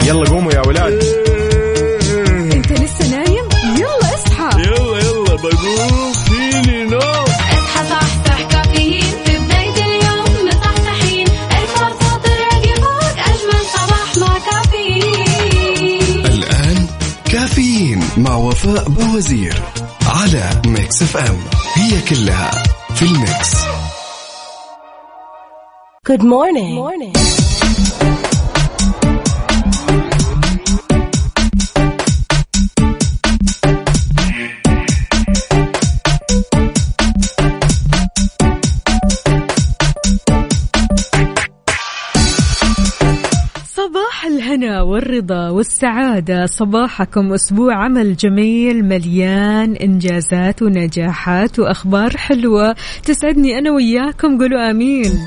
يلا قوموا يا ولاد. انت لسه نايم؟ يلا اصحى. يلا بقوم فيني نوم. اصحى صحصح كافيين في بداية اليوم مصحصحين. الفرصة تراقي فوق أجمل صباح مع كافيين. الآن كافيين مع وفاء بوزير على ميكس اف ام. هي كلها في الميكس. Good morning. صباح الهنا والرضا والسعادة، صباحكم أسبوع عمل جميل مليان إنجازات ونجاحات وأخبار حلوة تسعدني أنا وياكم، قولوا آمين.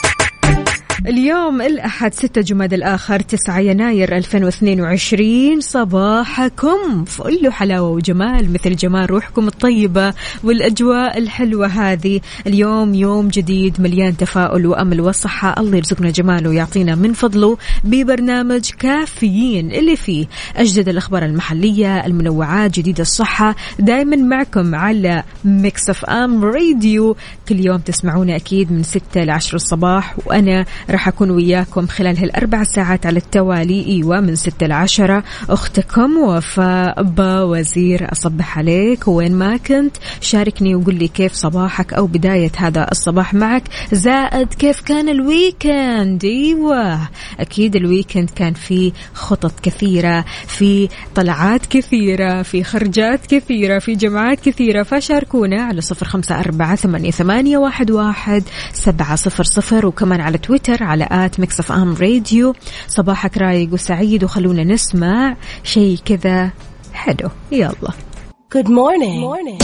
اليوم الأحد 6 جماد الآخر 9 يناير 2022. صباحكم فل حلاوة وجمال مثل جمال روحكم الطيبة والأجواء الحلوة هذه. اليوم يوم جديد مليان تفاؤل وأمل وصحة، الله يرزقنا جماله ويعطينا من فضله ببرنامج كافيين اللي فيه أجدد الأخبار المحلية، المنوعات، جديد الصحة، دايما معكم على ميكس اف ام راديو. كل يوم تسمعونا أكيد من 6 ل 10 الصباح، وأنا راح أكون وياكم خلال هالأربع ساعات على التوالي. إيوة من 6 ل 10. أختكم وفاء بوزير أصبح عليك وين ما كنت. شاركني وقول لي كيف صباحك أو بداية هذا الصباح معك، زائد كيف كان الويكند. إيوة أكيد الويكند كان فيه خطط كثيرة، في طلعات كثيرة، في خرجات كثيرة، في جمعات كثيرة. فشاركونا على 0548811700 وكمان على تويتر على @mixfamradio. صباحك رايق وسعيد وخلونا نسمع شيء كذا حلو. يلا Good morning.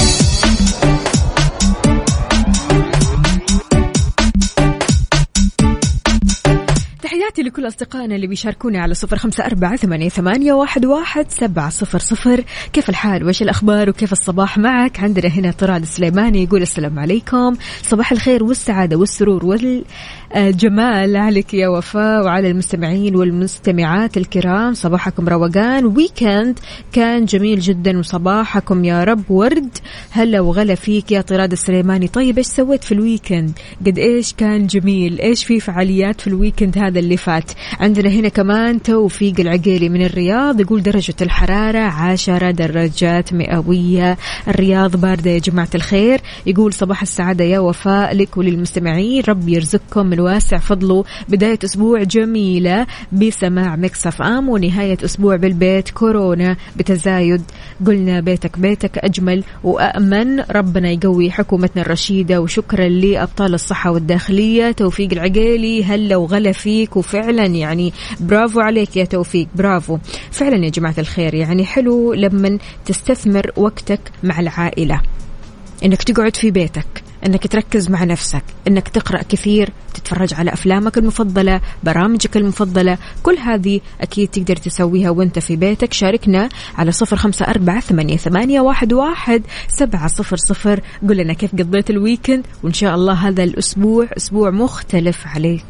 تحياتي لكل أصدقائنا اللي بيشاركونا على 0548811700. كيف الحال وإيش الأخبار وكيف الصباح معك؟ عندنا هنا طراد السليماني يقول السلام عليكم، صباح الخير والسعادة والسرور والجمال عليك يا وفاء وعلى المستمعين والمستمعات الكرام. صباحكم روقان، ويكند كان جميل جدا وصباحكم يا رب ورد. هلا وغلا فيك يا طراد السليماني. طيب إيش سويت في الويكند؟ قد إيش كان جميل؟ إيش في فعاليات في الويكند هذا اللي فات؟ عندنا هنا كمان توفيق العقيلي من الرياض يقول درجة الحرارة 10 درجات مئوية. الرياض باردة يا جماعة الخير. يقول صباح السعادة يا وفاء لك وللمستمعين، رب يرزقكم من واسع فضله. بداية أسبوع جميلة بسماع ميكس اف ام، ونهاية أسبوع بالبيت، كورونا بتزايد، قلنا بيتك بيتك أجمل وأأمن. ربنا يقوي حكومتنا الرشيدة، وشكرا لأبطال الصحة والداخلية. توفيق العقيلي هلا وغلا فيك، وفعلا يعني برافو عليك يا توفيق، برافو فعلا يا جماعة الخير. يعني حلو لما تستثمر وقتك مع العائلة، انك تقعد في بيتك، انك تركز مع نفسك، انك تقرأ كثير، تتفرج على أفلامك المفضلة، برامجك المفضلة. كل هذه أكيد تقدر تسويها وانت في بيتك. شاركنا على 0548811700. قل لنا كيف قضيت الويكند، وإن شاء الله هذا الأسبوع أسبوع مختلف عليك.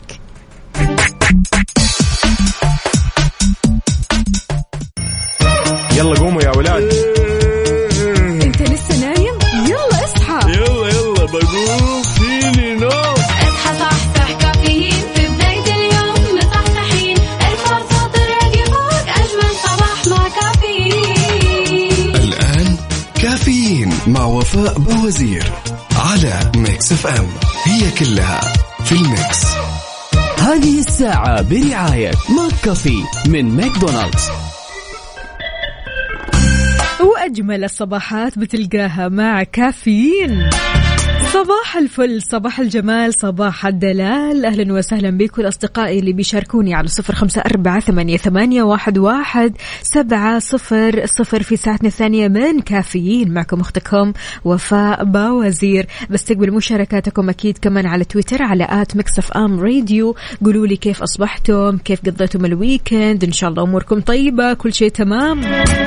يلا قوموا يا ولاد. انت لسه نايم؟ يلا اصحى. يلا بقوم فيني نوم. اصحى صحصح كافيين في بداية اليوم مصحصحين. الفرصة تراقي فوق أجمل صباح مع كافيين. الآن كافيين مع وفاء بوزير على ميكس اف ام. هي كلها في الميكس. هذه الساعة برعاية ماك كافي من ماكدونالدز. وأجمل الصباحات بتلقاها مع كافيين. صباح الفل، صباح الجمال، صباح الدلال. أهلا وسهلا بكم أصدقائي اللي بيشاركوني على 0548811700 في ساعتنا الثانية من كافيين. معكم أختكم وفاء بوزير. بستقبل مشاركاتكم أكيد كمان على تويتر على @mixfamradio. قولوا لي كيف أصبحتم، كيف قضيتم الويكند، إن شاء الله أموركم طيبة، كل شيء تمام.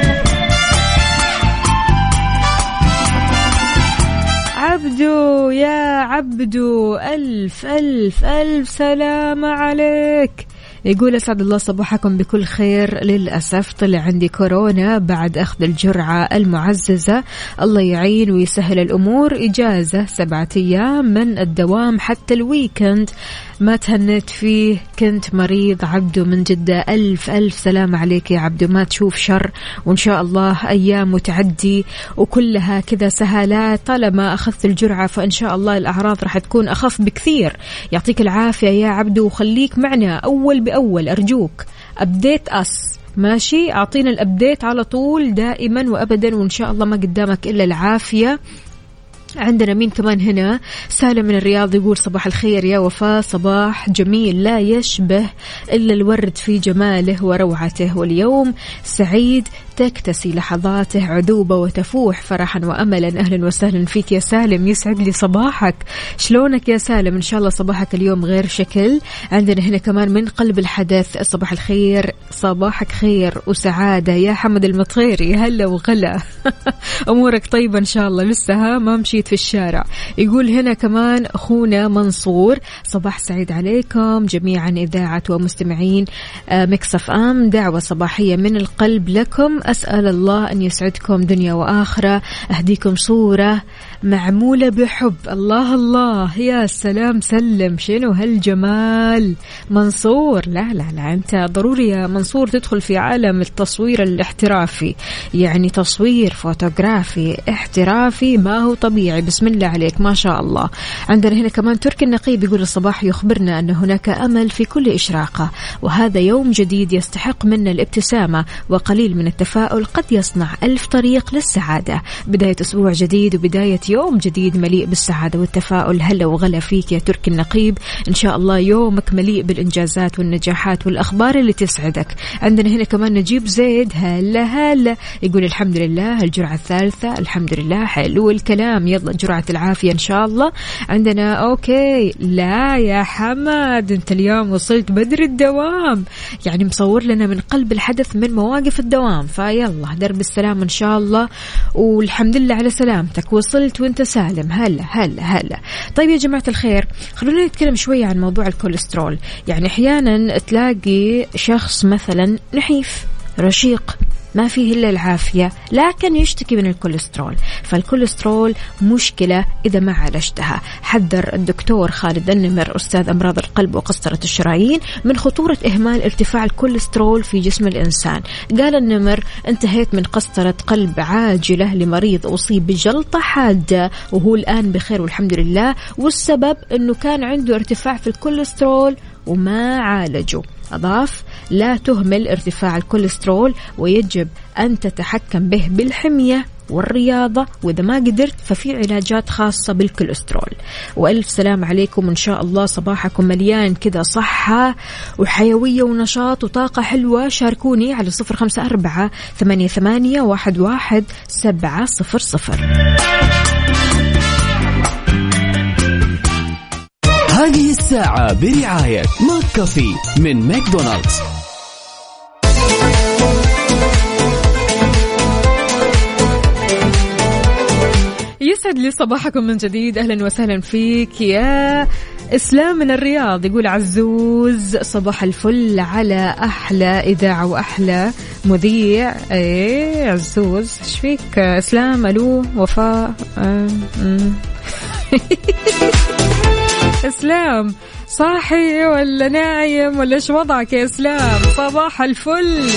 عبدو يا عبدو، ألف ألف ألف سلام عليك. يقول أسعد الله صباحكم بكل خير. للأسف طلع عندي كورونا بعد أخذ الجرعة المعززة. الله يعين ويسهل الأمور. إجازة 7 أيام من الدوام حتى الويكند ما تهنيت فيه. كنت مريض. عبدو من جدة. ألف ألف سلام عليك يا عبدو. ما تشوف شر وإن شاء الله أيام وتعدي وكلها كذا سهالات. طالما أخذت الجرعة فإن شاء الله الأعراض راح تكون أخف بكثير. يعطيك العافية يا عبدو وخليك معنا أول بأول أرجوك. أبديت ماشي. أعطينا الأبديت على طول دائما وأبدا وإن شاء الله ما قدامك إلا العافية. عندنا مين كمان هنا؟ سالم من الرياض يقول صباح الخير يا وفاء. صباح جميل لا يشبه إلا الورد في جماله وروعته واليوم سعيد تكتسي لحظاته عذوبة وتفوح فرحا وأملا. أهلا وسهلا فيك يا سالم. يسعد لي صباحك. شلونك يا سالم؟ إن شاء الله صباحك اليوم غير شكل. عندنا هنا كمان من قلب الحدث صباح الخير. صباحك خير وسعادة يا حمد المطيري. هلا وغلا. أمورك طيبة إن شاء الله. لسه ما مشيت في الشارع. يقول هنا كمان أخونا منصور صباح سعيد عليكم جميعا إذاعة ومستمعين ميكس اف ام. دعوة صباحية من القلب لكم. أسأل الله أن يسعدكم دنيا وآخرة. أهديكم صورة معمولة بحب. الله الله يا سلام. سلم شنو هالجمال منصور. لا لا لا أنت ضروري يا منصور تدخل في عالم التصوير الاحترافي. يعني تصوير فوتوغرافي احترافي ما هو طبيعي. بسم الله عليك ما شاء الله. عندنا هنا كمان تركي النقيب يقول الصباح يخبرنا أن هناك أمل في كل إشراقة وهذا يوم جديد يستحق منا الابتسامة وقليل من التفاؤل قد يصنع 1000 طريق للسعادة. بداية أسبوع جديد وبداية يوم جديد مليء بالسعادة والتفاؤل. هلا وغلا فيك يا تركي النقيب. إن شاء الله يومك مليء بالإنجازات والنجاحات والأخبار اللي تسعدك. عندنا هنا كمان نجيب زيد. هلا هلا يقول الحمد لله الجرعة الثالثة الحمد لله. حلو الكلام. يلا جرعة العافية إن شاء الله. عندنا أوكي. لا يا حمد أنت اليوم وصلت بدري الدوام. يعني مصور لنا من قلب الحدث من مواقف الدوام. فيلا درب السلام إن شاء الله والحمد لله على سلامتك. وصلت وانت سالم. هلا هلا هلا. طيب يا جماعة الخير خلونا نتكلم شوية عن موضوع الكوليسترول. يعني أحيانا تلاقي شخص مثلا نحيف رشيق ما فيه إلا العافية لكن يشتكي من الكوليسترول. فالكوليسترول مشكلة إذا ما عالجتها. حذر الدكتور خالد النمر أستاذ أمراض القلب وقسطرة الشرايين من خطورة إهمال ارتفاع الكوليسترول في جسم الإنسان. قال النمر انتهيت من قسطرة قلب عاجلة لمريض أصيب بجلطة حادة وهو الآن بخير والحمد لله والسبب أنه كان عنده ارتفاع في الكوليسترول وما عالجه. أضاف لا تهمل ارتفاع الكوليسترول ويجب أن تتحكم به بالحمية والرياضة وإذا ما قدرت ففي علاجات خاصة بالكوليسترول. وألف سلام عليكم إن شاء الله صباحكم مليان كذا صحة وحيوية ونشاط وطاقة حلوة. شاركوني على 0548811700. هذه الساعة برعاية ماك كافي من ماكدونالدز. يسعد لي صباحكم من جديد. أهلا وسهلا فيك يا إسلام من الرياض. يقول عزوز صباح الفل على أحلى إذاعة وأحلى مذيع. إيه عزوز إيش فيك إسلام؟ ألو وفاء إسلام صاحي ولا نايم ولا إيش وضعك يا إسلام؟ صباح الفل.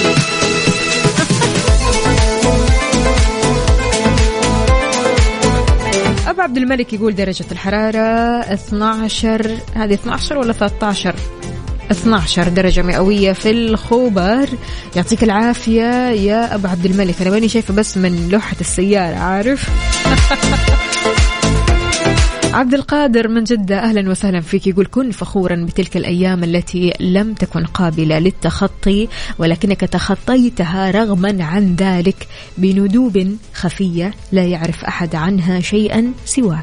أبو عبد الملك يقول درجة الحرارة 12. هذه 12 ولا 13؟ 12 درجة مئوية في الخوبر. يعطيك العافية يا أبو عبد الملك. أنا ماني شايفة بس من لوحة السيارة عارف. عبد القادر من جدة أهلا وسهلا فيك. يقول كن فخورا بتلك الأيام التي لم تكن قابلة للتخطي ولكنك تخطيتها رغما عن ذلك بندوب خفية لا يعرف أحد عنها شيئا سواك.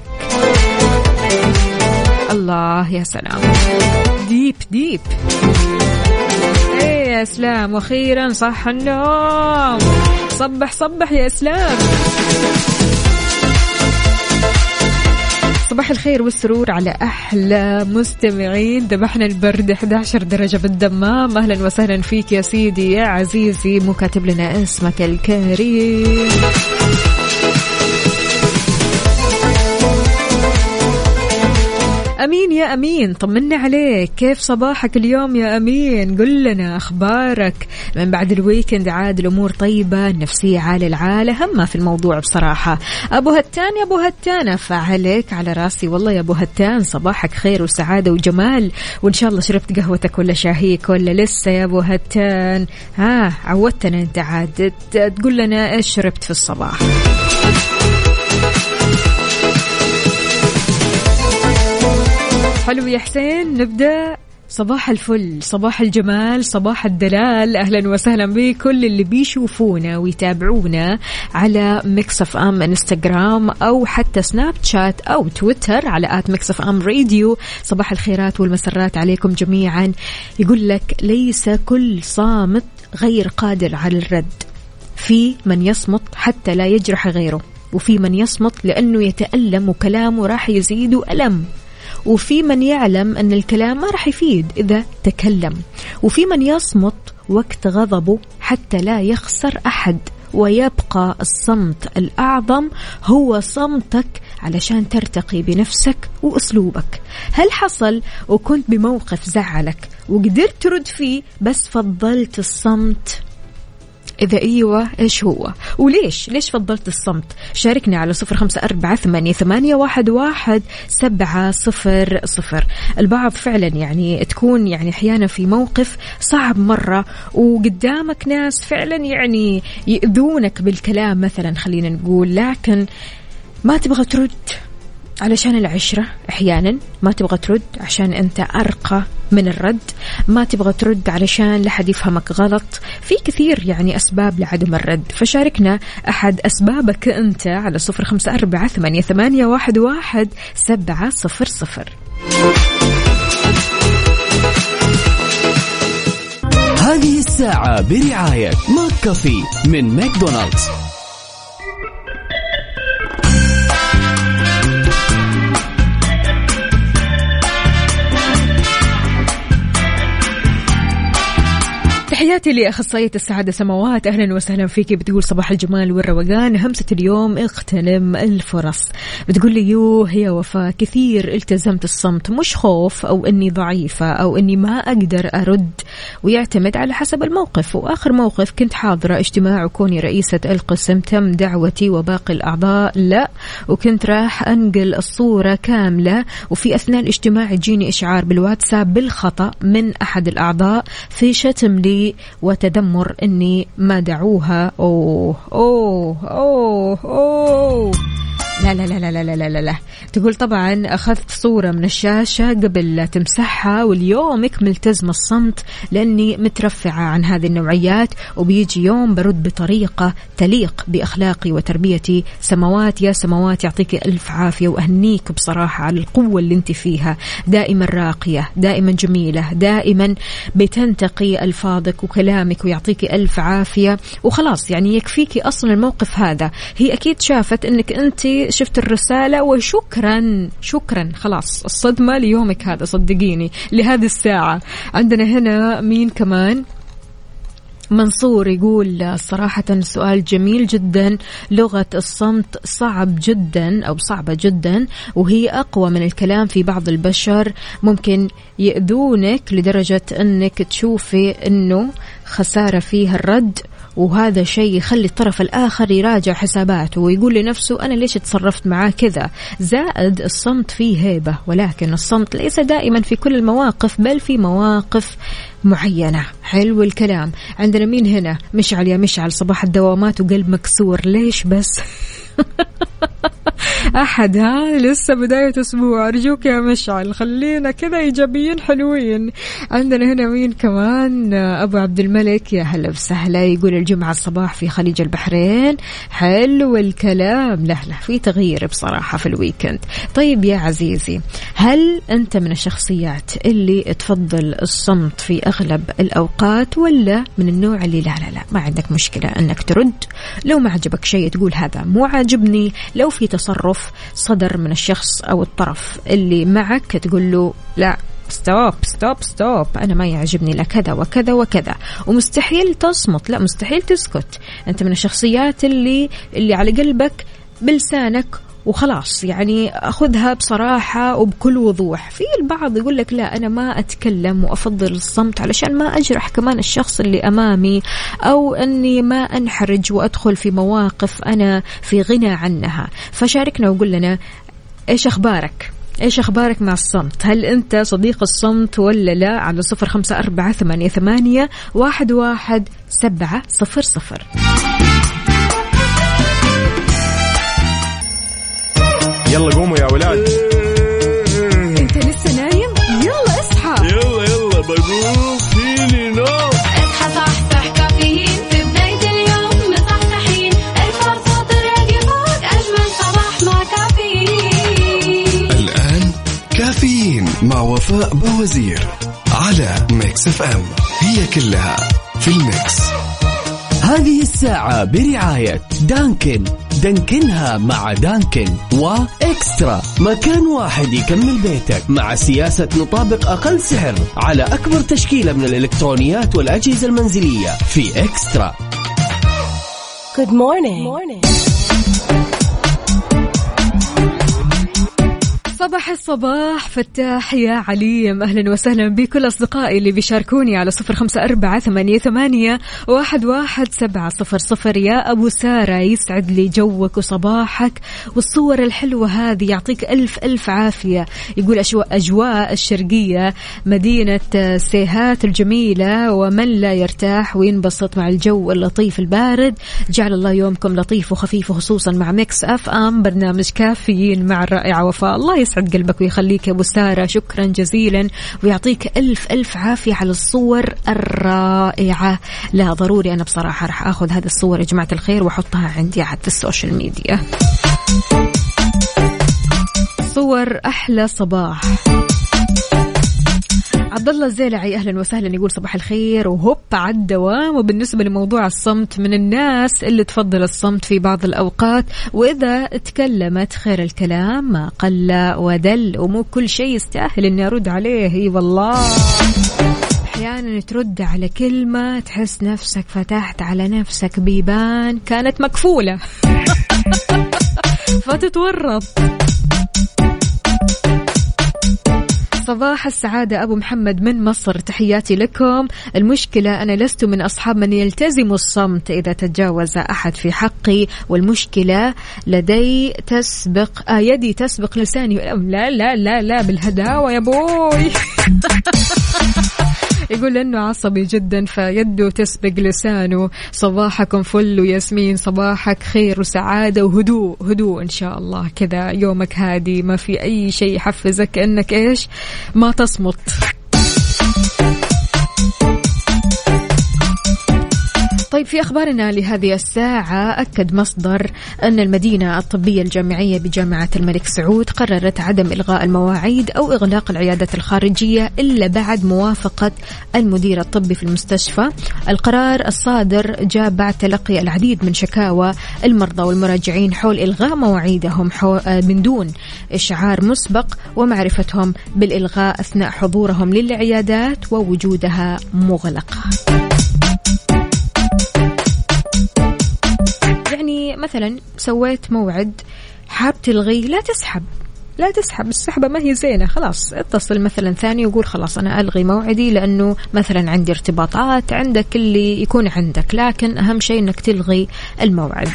الله يا سلام. ديب ديب. ايه يا إسلام وأخيرا صح النوم. صبح صبح يا إسلام. صباح الخير والسرور على أحلى مستمعين. ذبحنا البرد 11 درجة بالدمام. أهلا وسهلا فيك يا سيدي يا عزيزي، مو كاتب لنا اسمك الكريم. أمين يا أمين، طمنا عليك، كيف صباحك اليوم يا أمين؟ قل لنا أخبارك من بعد الويكند. عاد الأمور طيبة، النفسية عالي العالة، همة في الموضوع بصراحة. أبو هتان يا أبو هتان، فعليك على راسي والله يا أبو هتان. صباحك خير وسعادة وجمال، وإن شاء الله شربت قهوتك ولا شاهيك ولا لسه يا أبو هتان؟ عودتنا أنت عاد تقول لنا إيش شربت في الصباح. حلو يا حسين، نبدأ. صباح الفل، صباح الجمال، صباح الدلال. أهلا وسهلا بكل اللي بيشوفونا ويتابعونا على ميكس اف ام انستغرام أو حتى سناب شات أو تويتر على @ميكس اف ام راديو. صباح الخيرات والمسرات عليكم جميعا. يقول لك ليس كل صامت غير قادر على الرد، في من يصمت حتى لا يجرح غيره، وفي من يصمت لأنه يتألم وكلامه راح يزيد ألم، وفي من يعلم أن الكلام ما راح يفيد إذا تكلم، وفي من يصمت وقت غضبه حتى لا يخسر أحد، ويبقى الصمت الأعظم هو صمتك علشان ترتقي بنفسك وأسلوبك. هل حصل وكنت بموقف زعلك وقدرت ترد فيه بس فضلت الصمت؟ إذا أيوة إيش هو وليش؟ ليش فضلت الصمت؟ شاركنا على 0548811700. البعض فعلا يعني تكون يعني أحيانا في موقف صعب مرة وقدامك ناس فعلا يعني يؤذونك بالكلام مثلا، خلينا نقول، لكن ما تبغى ترد علشان العشرة. أحيانا ما تبغى ترد عشان أنت أرقى من الرد، ما تبغى ترد علشان لحد يفهمك غلط، في كثير يعني أسباب لعدم الرد. فشاركنا أحد أسبابك أنت على 0548811700. هذه الساعة برعاية ماك كافي من ماكدونالدز. تحياتي لأخصائية السعادة سماوات، أهلا وسهلا فيك. بتقول صباح الجمال والروقان، همسة اليوم اغتنم الفرص. بتقول لي يوه يا وفاء، كثير التزمت الصمت، مش خوف أو أني ضعيفة أو أني ما أقدر أرد، ويعتمد على حسب الموقف. وآخر موقف كنت حاضرة اجتماع وكوني رئيسة القسم، تم دعوتي وباقي الأعضاء لا، وكنت راح أنقل الصورة كاملة، وفي أثناء الاجتماع يجيني إشعار بالواتساب بالخطأ من أحد الأعضاء في شتم لي وتذمر إني ما دعوها. أوه أوه أوه أوه. لا لا لا لا لا لا لا. تقول طبعا أخذت صورة من الشاشة قبل تمسحها، واليومك ملتزم الصمت لأني مترفعة عن هذه النوعيات، وبيجي يوم برد بطريقة تليق بأخلاقي وتربيتي. سماوات يا سماوات، يعطيك ألف عافية وأهنيك بصراحة على القوة اللي انت فيها، دائما راقية، دائما جميلة، دائما بتنتقي ألفاظك وكلامك، ويعطيك ألف عافية. وخلاص يعني يكفيك أصلا الموقف هذا. هي أكيد شافت أنك أنت شفت الرسالة وشكرا شكرا، خلاص الصدمة ليومك هذا، صدقيني لهذه الساعة. عندنا هنا مين كمان؟ منصور يقول صراحة سؤال جميل جدا، لغة الصمت صعب جدا أو صعبة جدا، وهي أقوى من الكلام. في بعض البشر ممكن يؤذونك لدرجة أنك تشوفي أنه خسارة فيها الرد، وهذا شيء يخلي الطرف الآخر يراجع حساباته ويقول لنفسه أنا ليش تصرفت معاه كذا. زائد الصمت فيه هيبة، ولكن الصمت ليس دائما في كل المواقف، بل في مواقف معينة. حلو الكلام. عندنا مين هنا؟ مشعل يا مشعل، صباح الدوامات وقلب مكسور، ليش بس؟ أحد لسه بداية أسبوع، أرجوك يا مشعل خلينا كذا إيجابيين حلوين. عندنا هنا مين كمان؟ أبو عبد الملك، يا هلا وسهلا، يقول الجمعة الصباح في خليج البحرين. حلو الكلام. لا في تغيير بصراحة في الويكند. طيب يا عزيزي، هل أنت من الشخصيات اللي تفضل الصمت في أغلب الأوقات، ولا من النوع اللي لا ما عندك مشكلة أنك ترد؟ لو ما عجبك شيء تقول هذا مو عاجبني، لو في تصرف موقف صدر من الشخص أو الطرف اللي معك تقول له لا ستوب أنا ما يعجبني لا كذا وكذا وكذا، ومستحيل تصمت، لا مستحيل تسكت. أنت من الشخصيات اللي على قلبك بلسانك وخلاص، يعني أخذها بصراحة وبكل وضوح. في البعض يقول لك لا أنا ما أتكلم وأفضل الصمت علشان ما أجرح كمان الشخص اللي أمامي، أو أني ما أنحرج وأدخل في مواقف أنا في غنى عنها. فشاركنا وقول لنا إيش أخبارك مع الصمت؟ هل أنت صديق الصمت ولا لا؟ على 0548811700. يلا قوموا يا ولاد. أنت لسه نايم؟ يلا اصحى. يلا بقوم فيني نوم. اصحى صحصح كافيين في بداية اليوم مصحصحين، الفرصة تراقي فوق أجمل صباح مع كافيين. الآن كافيين مع وفاء بوزير على ميكس اف ام، هي كلها في الميكس. هذه الساعة برعاية دانكن، دانكنها مع دانكن، وإكسترا، مكان واحد يكمل بيتك مع سياسة نطابق أقل سعر على أكبر تشكيلة من الإلكترونيات والأجهزة المنزلية في إكسترا. Good morning. صباح الصباح فتاح يا عليم، أهلا وسهلا بكل أصدقائي اللي بيشاركوني على 0548811700. يا أبو سارة يسعد لي جوك وصباحك والصور الحلوة هذه، يعطيك ألف عافية. يقول أجواء الشرقية مدينة سيهات الجميلة، ومن لا يرتاح وينبسط مع الجو اللطيف البارد. جعل الله يومكم لطيف وخفيف، خصوصا مع ميكس اف ام، برنامج كافيين مع الرائعة وفاء. الله يسعد قلبك ويخليك يا أبو سارة، شكرا جزيلا ويعطيك ألف عافية على الصور الرائعة. لا ضروري، أنا بصراحة رح أخذ هذه الصور يا جماعة الخير وأحطها عندي على السوشيال ميديا. صور أحلى صباح. عبد الله الزيلعي أهلا وسهلا، يقول صباح الخير وهوب على الدوام. وبالنسبة لموضوع الصمت، من الناس اللي تفضل الصمت في بعض الأوقات، وإذا تكلمت خير الكلام ما قل ودل، ومو كل شيء يستاهل إني أرد عليه. إي والله أحيانا ترد على كلمة تحس نفسك فتحت على نفسك بيبان كانت مكفولة فتتورط. صباح السعادة أبو محمد من مصر، تحياتي لكم. المشكلة أنا لست من أصحاب من يلتزم الصمت إذا تجاوز أحد في حقي، والمشكلة لدي يدي تسبق لساني. لا لا لا لا بالهداوة يا بوي يقول أنه عصبي جدا فيده تسبق لسانه. صباحكم فل وياسمين، صباحك خير وسعادة وهدوء إن شاء الله، كذا يومك هادي ما في أي شيء يحفزك أنك إيش ما تصمت. طيب في أخبارنا لهذه الساعة، أكد مصدر أن المدينة الطبية الجامعية بجامعة الملك سعود قررت عدم إلغاء المواعيد أو إغلاق العيادات الخارجية إلا بعد موافقة المدير الطبي في المستشفى. القرار الصادر جاء بعد تلقي العديد من شكاوى المرضى والمراجعين حول إلغاء مواعيدهم من دون إشعار مسبق ومعرفتهم بالإلغاء أثناء حضورهم للعيادات ووجودها مغلقة. يعني مثلا سويت موعد حاب تلغي، لا تسحب السحبة ما هي زينة، خلاص اتصل مثلا ثاني وقول خلاص أنا ألغي موعدي لأنه مثلا عندي ارتباطات، عندك اللي يكون عندك، لكن أهم شيء أنك تلغي الموعد.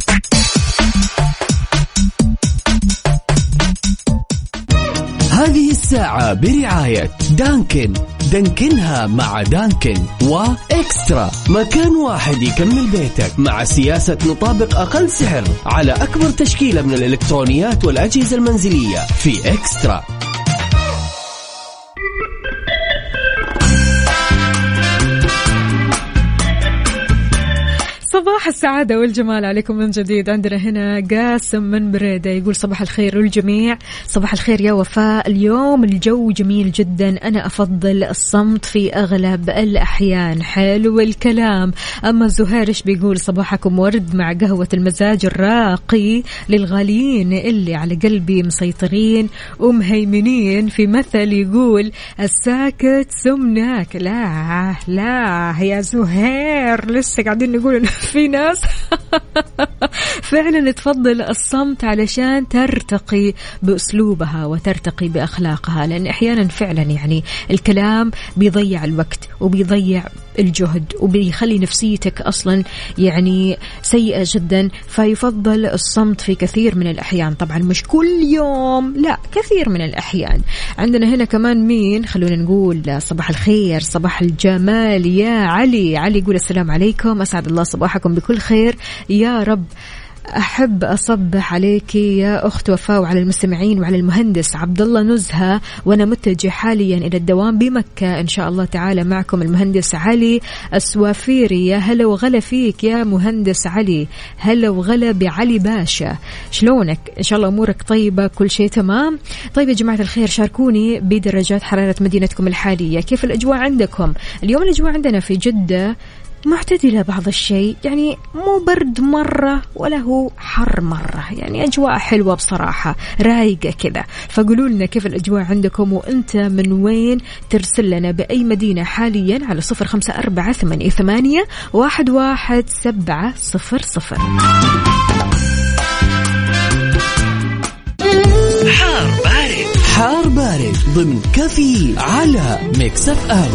هذه الساعة برعاية دانكن، دانكنها مع دانكن، وإكسترا، مكان واحد يكمل بيتك مع سياسة نطابق أقل سعر على أكبر تشكيلة من الإلكترونيات والأجهزة المنزلية في إكسترا. صباح السعادة والجمال عليكم من جديد. عندنا هنا قاسم من بريدة يقول صباح الخير للجميع. صباح الخير يا وفاء، اليوم الجو جميل جدا، أنا أفضل الصمت في أغلب الأحيان. حلو الكلام. أما زهير إيش بيقول؟ صباحكم ورد مع قهوة المزاج الراقي للغاليين اللي على قلبي مسيطرين ومهيمنين. في مثل يقول الساكت سمناك. لا يا زهير، لسه قاعدين نقول إنه في ناس فعلا تفضل الصمت علشان ترتقي بأسلوبها وترتقي بأخلاقها، لأن أحيانا فعلا يعني الكلام بيضيع الوقت وبيضيع الجهد وبيخلي نفسيتك أصلا يعني سيئة جدا. فيفضل الصمت في كثير من الأحيان، طبعا مش كل يوم، لا كثير من الأحيان. عندنا هنا كمان مين، خلونا نقول صباح الخير صباح الجمال يا علي يقول السلام عليكم، أسعد الله صباحكم بكل خير يا رب. أحب أصبح عليك يا أخت وفاء وعلى المستمعين وعلى المهندس عبد الله نزهة، وأنا متجه حاليا إلى الدوام بمكة إن شاء الله تعالى. معكم المهندس علي السوافيري. يا هلا وغلا فيك يا مهندس علي، هلا وغلا بعلي باشا، شلونك؟ إن شاء الله أمورك طيبة، كل شيء تمام. طيب يا جماعة الخير، شاركوني بدرجات حرارة مدينتكم الحالية، كيف الأجواء عندكم؟ اليوم الأجواء عندنا في جدة معتدلة بعض الشيء، يعني مو برد مرة ولا هو حر مرة، يعني أجواء حلوة بصراحة، رايقة كذا. فقولوا لنا كيف الأجواء عندكم وأنت من وين ترسل لنا بأي مدينة حاليا على 0548811700. حار بارد ضمن كفي على ميكس اف ام.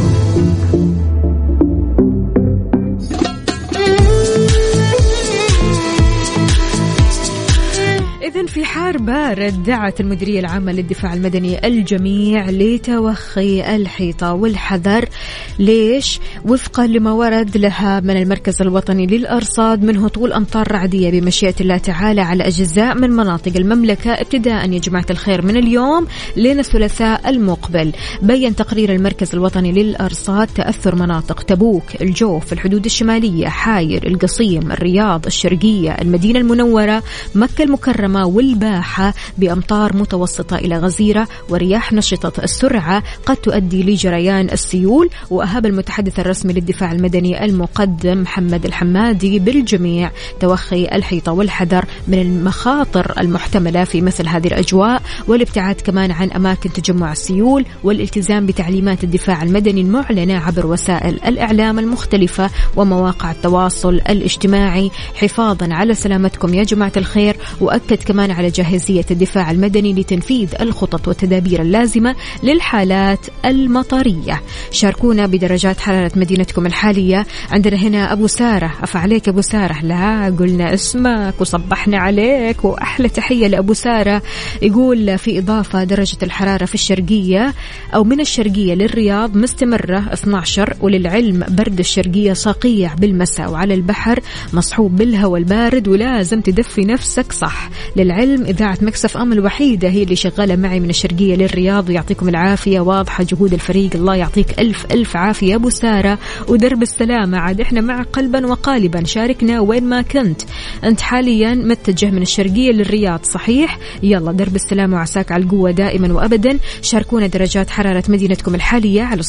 إذن في حار بارد دعت المديرية العامة للدفاع المدني الجميع لتوخي الحيطة والحذر. ليش؟ وفقا لما ورد لها من المركز الوطني للأرصاد من هطول أمطار رعدية بمشيئة الله تعالى على أجزاء من مناطق المملكة ابتداء يا جماعة الخير من اليوم لين الثلاثاء المقبل. بيّن تقرير المركز الوطني للأرصاد تأثر مناطق تبوك، الجوف، الحدود الشمالية، حاير، القصيم، الرياض، الشرقية، المدينة المنورة، مكة المكرمة والباحة بأمطار متوسطة إلى غزيرة ورياح نشطة السرعة قد تؤدي لجريان السيول. وأهاب المتحدث الرسمي للدفاع المدني المقدم محمد الحمادي بالجميع توخي الحيطة والحذر من المخاطر المحتملة في مثل هذه الأجواء، والابتعاد كمان عن أماكن تجمع السيول، والالتزام بتعليمات الدفاع المدني المعلنة عبر وسائل الإعلام المختلفة ومواقع التواصل الاجتماعي حفاظا على سلامتكم يا جماعة الخير. وأكد كمان على جاهزية الدفاع المدني لتنفيذ الخطط والتدابير اللازمة للحالات المطرية. شاركونا بدرجات حرارة مدينتكم الحالية. عندنا هنا أبو سارة، أفعليك أبو سارة، لا قلنا اسمك وصبحنا عليك، وأحلى تحية لأبو سارة. يقول في إضافة درجة الحرارة في الشرقية أو من الشرقية للرياض مستمرة 12، وللعلم برد الشرقية صقيع بالمساء وعلى البحر مصحوب بالهواء البارد ولازم تدفي نفسك صح. للعلم إذاعة ميكس اف ام الوحيدة هي اللي شغالة معي من الشرقية للرياض، ويعطيكم العافية، واضحة جهود الفريق، الله يعطيك ألف عافية أبو سارة. ودرب السلامة عاد إحنا مع قلبا وقالبا. شاركنا وين ما كنت، أنت حاليا متجه من الشرقية للرياض صحيح؟ يلا درب السلامة وعساك على القوة دائما وأبدا. شاركونا درجات حرارة مدينتكم الحالية على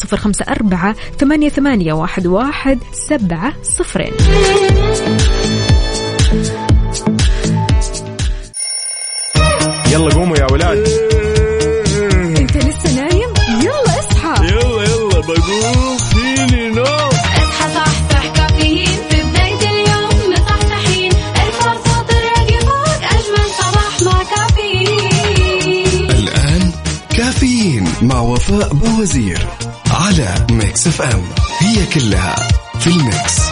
0548811700. يلا قوموا يا ولاد. انت لسه نايم؟ يلا اصحى. يلا بقوم فيني نوم. اصحى صحصح كافيين في بداية اليوم مصحصحين، الفرصة تراقي فوق أجمل صباح مع كافيين. الآن كافيين مع وفاء بوزير على ميكس اف ام، هي كلها في الميكس.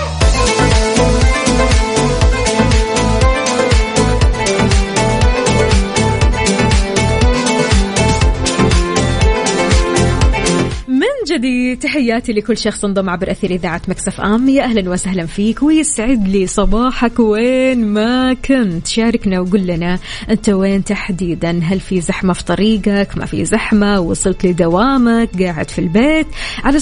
جديد تحياتي لكل شخص انضم عبر أثير إذاعة مكسف أم. يا أهلا وسهلا فيك ويسعد لي صباحك وين ما كنت. شاركنا وقول لنا أنت وين تحديدا. هل في زحمة في طريقك؟ ما في زحمة؟ وصلت لدوامك؟ قاعد في البيت؟ على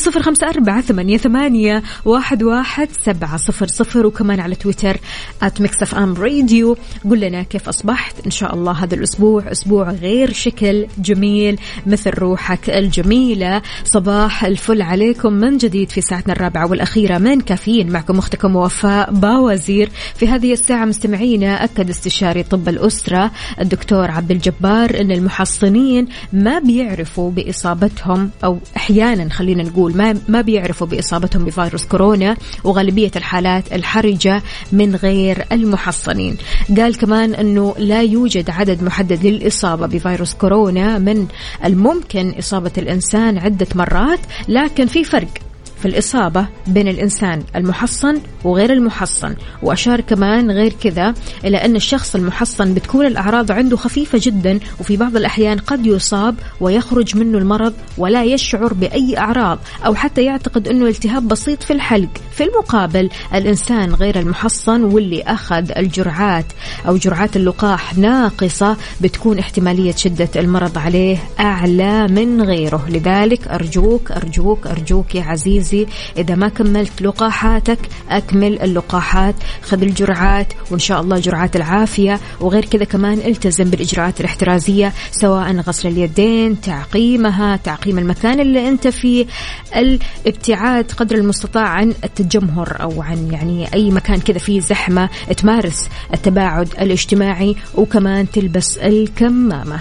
0548811700 وكمان على تويتر @مكسفامراديو. قول لنا كيف أصبحت. إن شاء الله هذا الأسبوع أسبوع غير شكل جميل مثل روحك الجميلة. صباح الفل عليكم من جديد في ساعتنا الرابعة والأخيرة من كافيين. معكم أختكم وفاء باوزير. في هذه الساعة مستمعينا أكد استشاري طب الأسرة الدكتور عبد الجبار أن المحصنين ما بيعرفوا بإصابتهم، أو أحيانا خلينا نقول ما بيعرفوا بإصابتهم بفيروس كورونا، وغالبية الحالات الحرجة من غير المحصنين. قال كمان أنه لا يوجد عدد محدد للإصابة بفيروس كورونا، من الممكن إصابة الإنسان عدة مرات، لكن في فرق في الإصابة بين الإنسان المحصن وغير المحصن. وأشار كمان غير كذا إلى أن الشخص المحصن بتكون الأعراض عنده خفيفة جدا، وفي بعض الأحيان قد يصاب ويخرج منه المرض ولا يشعر بأي أعراض، أو حتى يعتقد أنه التهاب بسيط في الحلق. في المقابل الإنسان غير المحصن واللي أخذ الجرعات أو جرعات اللقاح ناقصة بتكون احتمالية شدة المرض عليه أعلى من غيره. لذلك أرجوك أرجوك أرجوك يا عزيزي، إذا ما كملت لقاحاتك أكمل اللقاحات، خذ الجرعات وإن شاء الله جرعات العافية. وغير كذا كمان التزم بالإجراءات الاحترازية، سواء غسل اليدين، تعقيمها، تعقيم المكان اللي أنت فيه، الابتعاد قدر المستطاع عن التجمهر أو عن يعني أي مكان كذا فيه زحمة، تمارس التباعد الاجتماعي، وكمان تلبس الكمامة.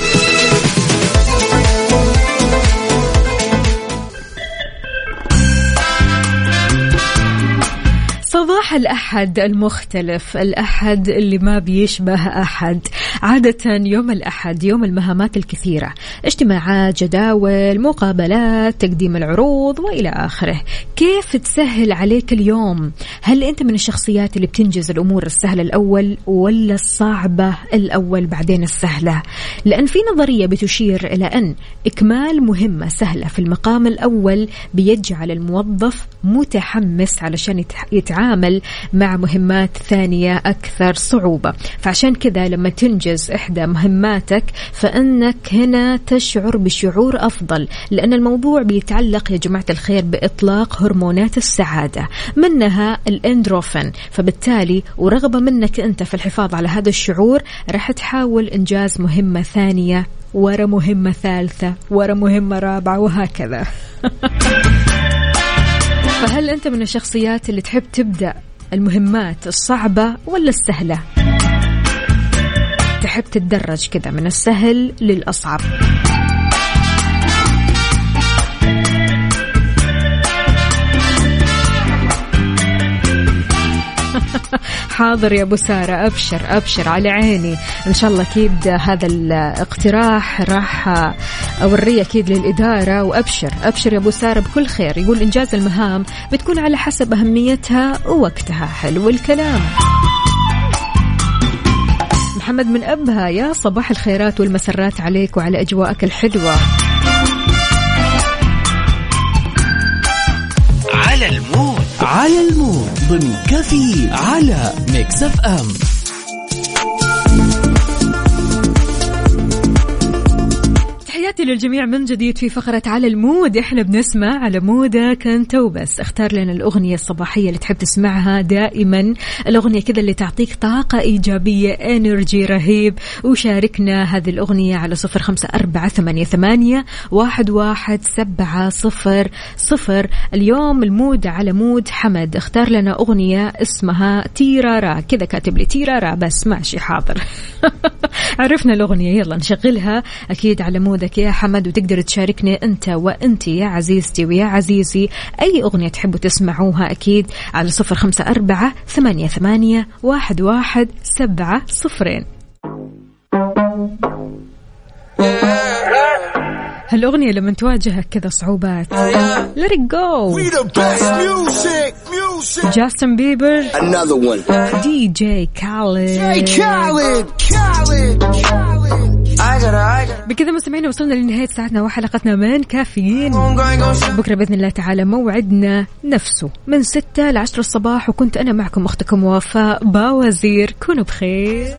صباح الأحد المختلف، الأحد اللي ما بيشبه أحد. عادة يوم الأحد يوم المهامات الكثيرة، اجتماعات، جداول، مقابلات، تقديم العروض وإلى آخره. كيف تسهل عليك اليوم؟ هل أنت من الشخصيات اللي بتنجز الأمور السهلة الأول ولا الصعبة الأول بعدين السهلة؟ لأن في نظرية بتشير إلى أن إكمال مهمة سهلة في المقام الأول بيجعل الموظف متحمس علشان يتعامل مع مهمات ثانية أكثر صعوبة. فعشان كذا لما تنجز إحدى مهماتك فإنك هنا تشعر بشعور أفضل، لأن الموضوع بيتعلق يا جماعة الخير بإطلاق هرمونات السعادة، منها الإندروفين. فبالتالي ورغبة منك أنت في الحفاظ على هذا الشعور رح تحاول إنجاز مهمة ثانية ورا مهمة ثالثة ورا مهمة رابعة وهكذا. فهل أنت من الشخصيات اللي تحب تبدأ المهمات الصعبة ولا السهلة؟ تحب تتدرج كذا من السهل للأصعب؟ حاضر يا أبو سارة، أبشر أبشر على عيني. إن شاء الله أكيد هذا الاقتراح راح أوريه أكيد للإدارة، وأبشر أبشر يا أبو سارة بكل خير. يقول إنجاز المهام بتكون على حسب أهميتها ووقتها. حلو الكلام. محمد من أبها، يا صباح الخيرات والمسرات عليك وعلى أجواءك الحلوة. على المود ضمن كافيين على ميكس اف ام. تحياتي للجميع من جديد في فقرة على المود. احنا بنسمع على مودك انت وبس. اختار لنا الأغنية الصباحية اللي تحب تسمعها دائما، الأغنية كذا اللي تعطيك طاقة إيجابية، انرجي رهيب، وشاركنا هذه الأغنية على 0548811700. اليوم المود على مود حمد. اختار لنا أغنية اسمها تيرارا، كذا كاتب لي تيرارا بس، ماشي حاضر. عرفنا الأغنية، يلا نشغلها أكيد على مودك يا حمد. وتقدر تشاركني أنت وأنتي يا عزيزتي ويا عزيزي أي أغنية تحبوا تسمعوها أكيد على 0548811700. هالأغنية لما تواجهك كذا صعوبات Let it go. Justin Bieber, Another one. DJ Khaled. Khaled. I بكذا مستمعينا وصلنا لنهاية ساعتنا وحلقتنا من كافيين. بكرة بإذن الله تعالى موعدنا نفسه من 6 ل 10 الصباح، وكنت أنا معكم أختكم وفاء باوزير. كونوا بخير.